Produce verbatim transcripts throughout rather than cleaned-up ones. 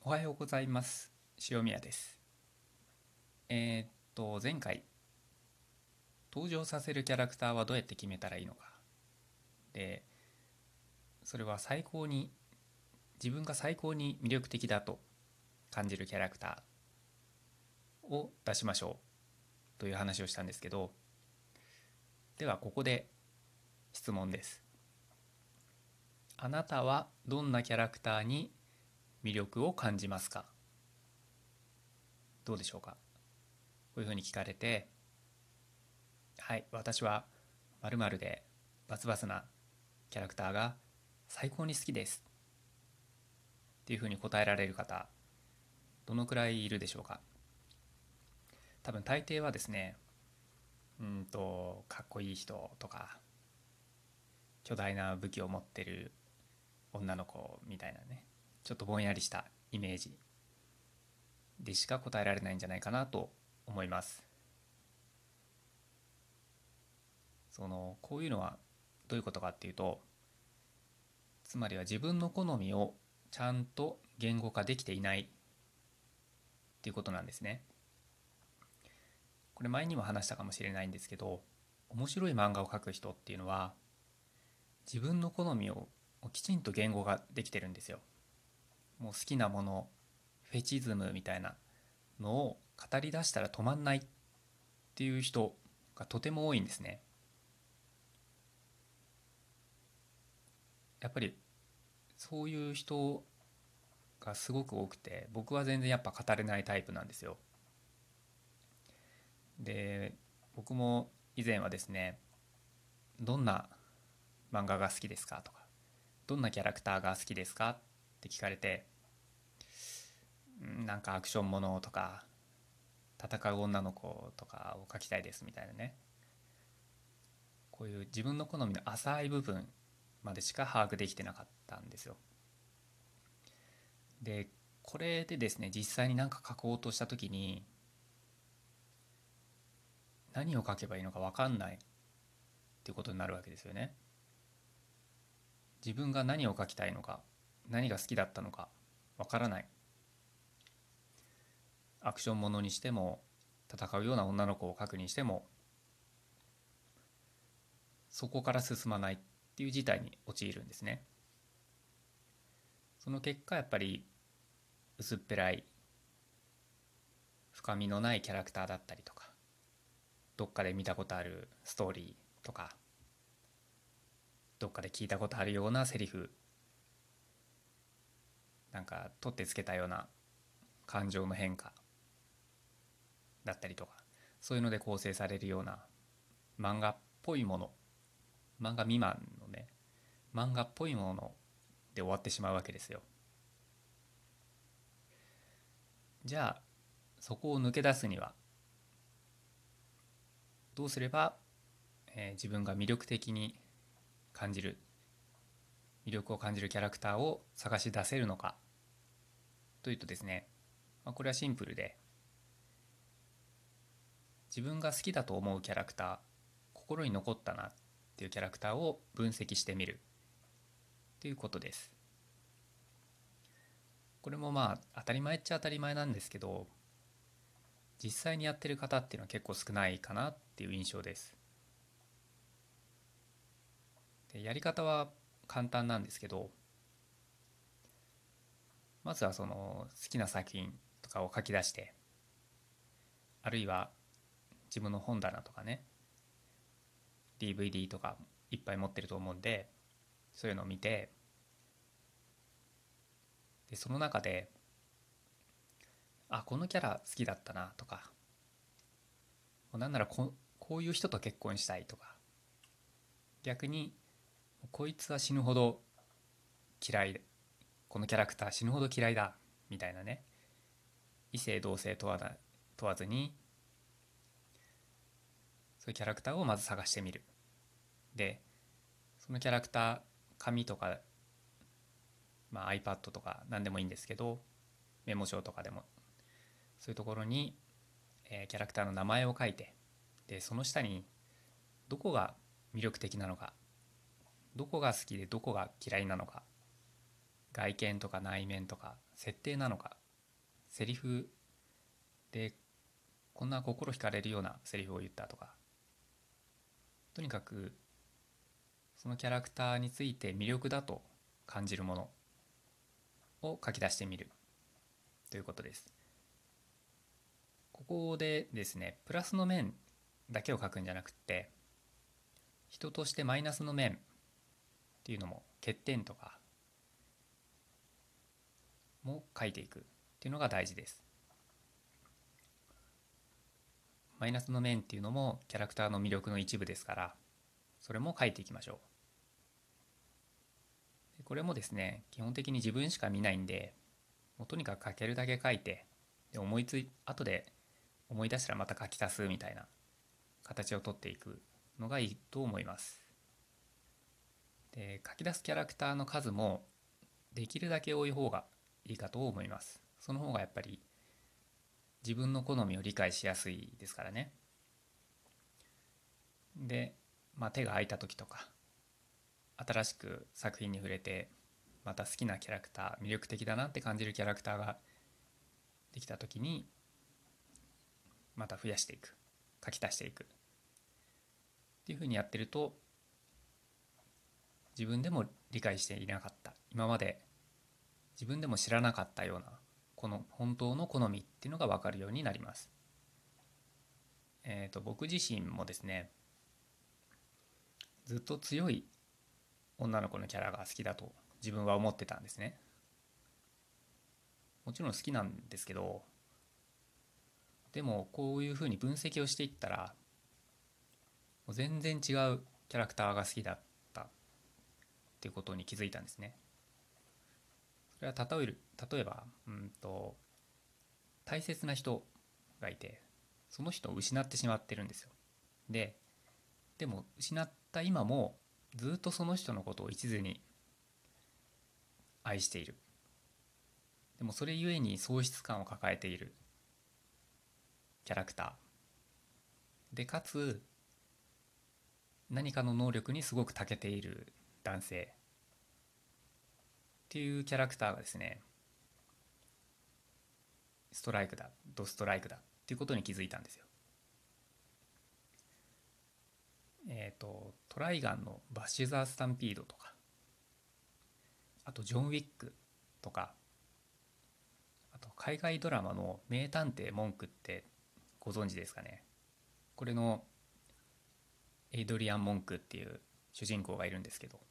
おはようございます。塩宮です。えーっと、前回、登場させるキャラクターはどうやって決めたらいいのか。で、それは最高に、自分が最高に魅力的だと感じるキャラクターを出しましょうという話をしたんですけど、ではここで質問です。あなたはどんなキャラクターに魅力を感じますか？どうでしょうか？こういうふうに聞かれて、はい、私は〇〇でバツバツなキャラクターが最高に好きですっていうふうに答えられる方、どのくらいいるでしょうか？多分大抵はですね、うんとかっこいい人とか巨大な武器を持ってる女の子みたいなね、ちょっとぼんやりしたイメージでしか答えられないんじゃないかなと思います。そのこういうのはどういうことかっていうと、つまりは自分の好みをちゃんと言語化できていないっていうことなんですね。これ前にも話したかもしれないんですけど、面白い漫画を描く人っていうのは自分の好みをきちんと言語ができてるんですよ。もう好きなもの、フェチズムみたいなのを語り出したら止まんないっていう人がとても多いんですね。やっぱりそういう人がすごく多くて、僕は全然やっぱ語れないタイプなんですよ。で、僕も以前はですね、どんな漫画が好きですかとか、どんなキャラクターが好きですかって聞かれて、なんかアクションものとか戦う女の子とかを描きたいですみたいなね、こういう自分の好みの浅い部分までしか把握できてなかったんですよ。でこれでですね、実際に何か描こうとした時に何を描けばいいのか分かんないっていうことになるわけですよね。自分が何を描きたいのか、何が好きだったのか分からない。アクションものにしても戦うような女の子を描くにしてもそこから進まないっていう事態に陥るんですね。その結果やっぱり薄っぺらい深みのないキャラクターだったりとか、どっかで見たことあるストーリーとか、どっかで聞いたことあるようなセリフ、なんか取ってつけたような感情の変化だったりとか、そういうので構成されるような漫画っぽいもの、漫画未満のね、漫画っぽいもので終わってしまうわけですよ。じゃあそこを抜け出すにはどうすれば、えー自分が魅力的に感じる魅力を感じるキャラクターを探し出せるのかというとですね、まあ、これはシンプルで、自分が好きだと思うキャラクター、心に残ったなっていうキャラクターを分析してみるということです。これもまあ当たり前っちゃ当たり前なんですけど、実際にやってる方っていうのは結構少ないかなっていう印象です。でやり方は簡単なんですけど、まずはその好きな作品とかを書き出して、あるいは自分の本棚とかね、 ディーブイディー とかいっぱい持ってると思うんで、そういうのを見て、でその中であこのキャラ好きだったなとか、なんならここういう人と結婚したいとか、逆にこいつは死ぬほど嫌い、このキャラクター死ぬほど嫌いだみたいなね、異性同性問わな問わずにそういうキャラクターをまず探してみる。でそのキャラクター、紙とか、まあ、iPad とか何でもいいんですけど、メモ帳とかでもそういうところに、えーキャラクターの名前を書いて、でその下にどこが魅力的なのか、どこが好きでどこが嫌いなのか、 外見とか内面とか設定なのか、セリフでこんな心惹かれるようなセリフを言ったとか、とにかくそのキャラクターについて魅力だと感じるものを書き出してみるということです。ここでですね、プラスの面だけを書くんじゃなくて、人としてマイナスの面っていうのも、欠点とかも書いていくっていうのが大事です。マイナスの面っていうのもキャラクターの魅力の一部ですから、それも書いていきましょう。でこれもですね、基本的に自分しか見ないんで、もうとにかく書けるだけ書いて、で思いつい後で思い出したらまた書き足すみたいな形をとっていくのがいいと思います。で書き出すキャラクターの数もできるだけ多い方がいいかと思います。その方がやっぱり自分の好みを理解しやすいですからね。で、まあ、手が空いた時とか、新しく作品に触れてまた好きなキャラクター、魅力的だなって感じるキャラクターができた時にまた増やしていく、書き足していくっていうふうにやってると、自分でも理解していなかった、今まで自分でも知らなかったようなこの本当の好みっていうのが分かるようになります。えーと僕自身もですね、ずっと強い女の子のキャラが好きだと自分は思ってたんですね。もちろん好きなんですけど、でもこういうふうに分析をしていったら、もう全然違うキャラクターが好きだったっていうことに気づいたんですね。それは例える例えばうんと大切な人がいて、その人を失ってしまってるんですよ。ででも失った今もずっとその人のことを一途に愛している。でもそれゆえに喪失感を抱えているキャラクターで、かつ何かの能力にすごく長けている男性っていうキャラクターがですね、ストライクだ、ドストライクだっていうことに気づいたんですよ。えっ、ー、とトライガンのバッシュ・ザ・スタンピードとか、あとジョン・ウィックとか、あと海外ドラマの名探偵モンクってご存知ですかね。これのエイドリアン・モンクっていう主人公がいるんですけど、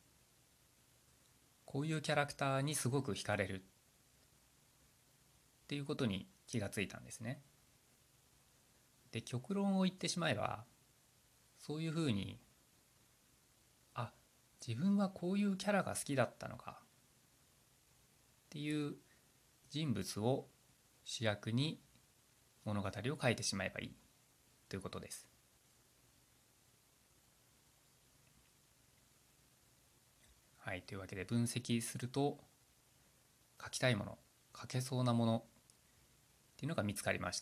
こういうキャラクターにすごく惹かれるっていうことに気がついたんですね。で極論を言ってしまえば、そういうふうに、あ、自分はこういうキャラが好きだったのかっていう人物を主役に物語を書いてしまえばいいということです。はい、というわけで分析すると、書きたいもの、書けそうなものっていうのが見つかりました。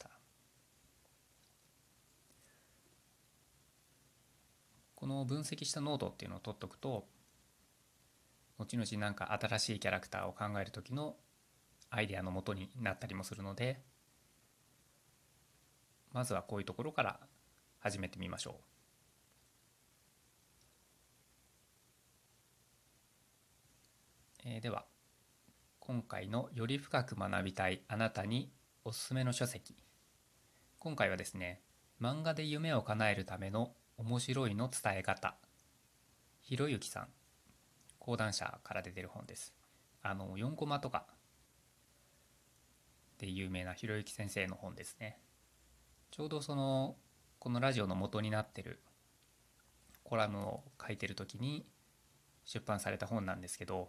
この分析したノートっていうのを取っとくと、後々なんか新しいキャラクターを考える時のアイデアの元になったりもするので、まずはこういうところから始めてみましょう。えー、では今回のより深く学びたいあなたにおすすめの書籍、今回はですね、漫画で夢を叶えるための面白いの伝え方、ひろゆきさん、講談社から出てる本です。あのよんコマとかで有名なひろゆき先生の本ですね。ちょうどそのこのラジオの元になってるコラムを書いてる時に出版された本なんですけど、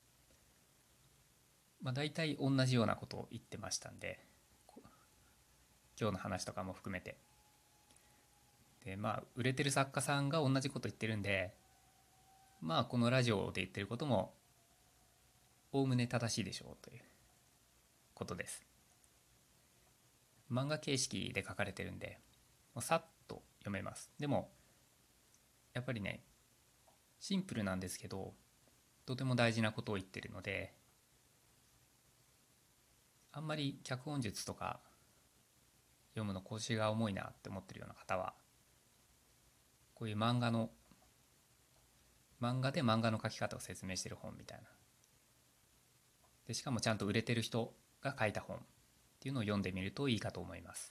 まあ、大体同じようなことを言ってましたんで、今日の話とかも含めて、でまあ売れてる作家さんが同じこと言ってるんで、まあこのラジオで言ってることもおおむね正しいでしょうということです。漫画形式で書かれてるんでさっと読めます。でもやっぱりね、シンプルなんですけど、 とても大事なことを言ってるので、あんまり脚本術とか読むの腰が重いなって思ってるような方は、こういう漫画の漫画で漫画の描き方を説明してる本みたいな、でしかもちゃんと売れてる人が書いた本っていうのを読んでみるといいかと思います。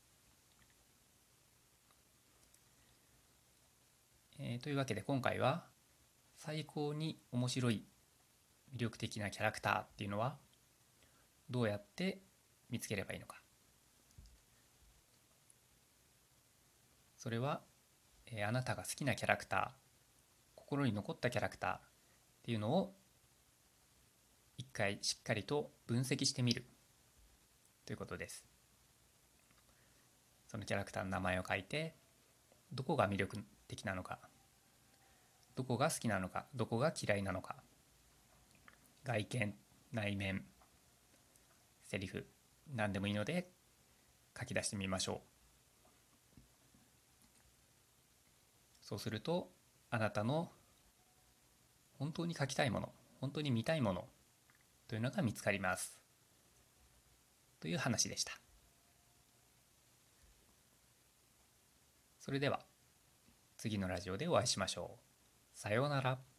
えーというわけで今回は最高に面白い魅力的なキャラクターっていうのはどうやって見つければいいのか、それは、えーあなたが好きなキャラクター、心に残ったキャラクターっていうのを一回しっかりと分析してみるということです。そのキャラクターの名前を書いて、どこが魅力的なのか、どこが好きなのか、どこが嫌いなのか、外見、内面、セリフ、何でもいいので書き出してみましょう。そうするとあなたの本当に書きたいもの、本当に見たいものというのが見つかりますという話でした。それでは次のラジオでお会いしましょう。さようなら。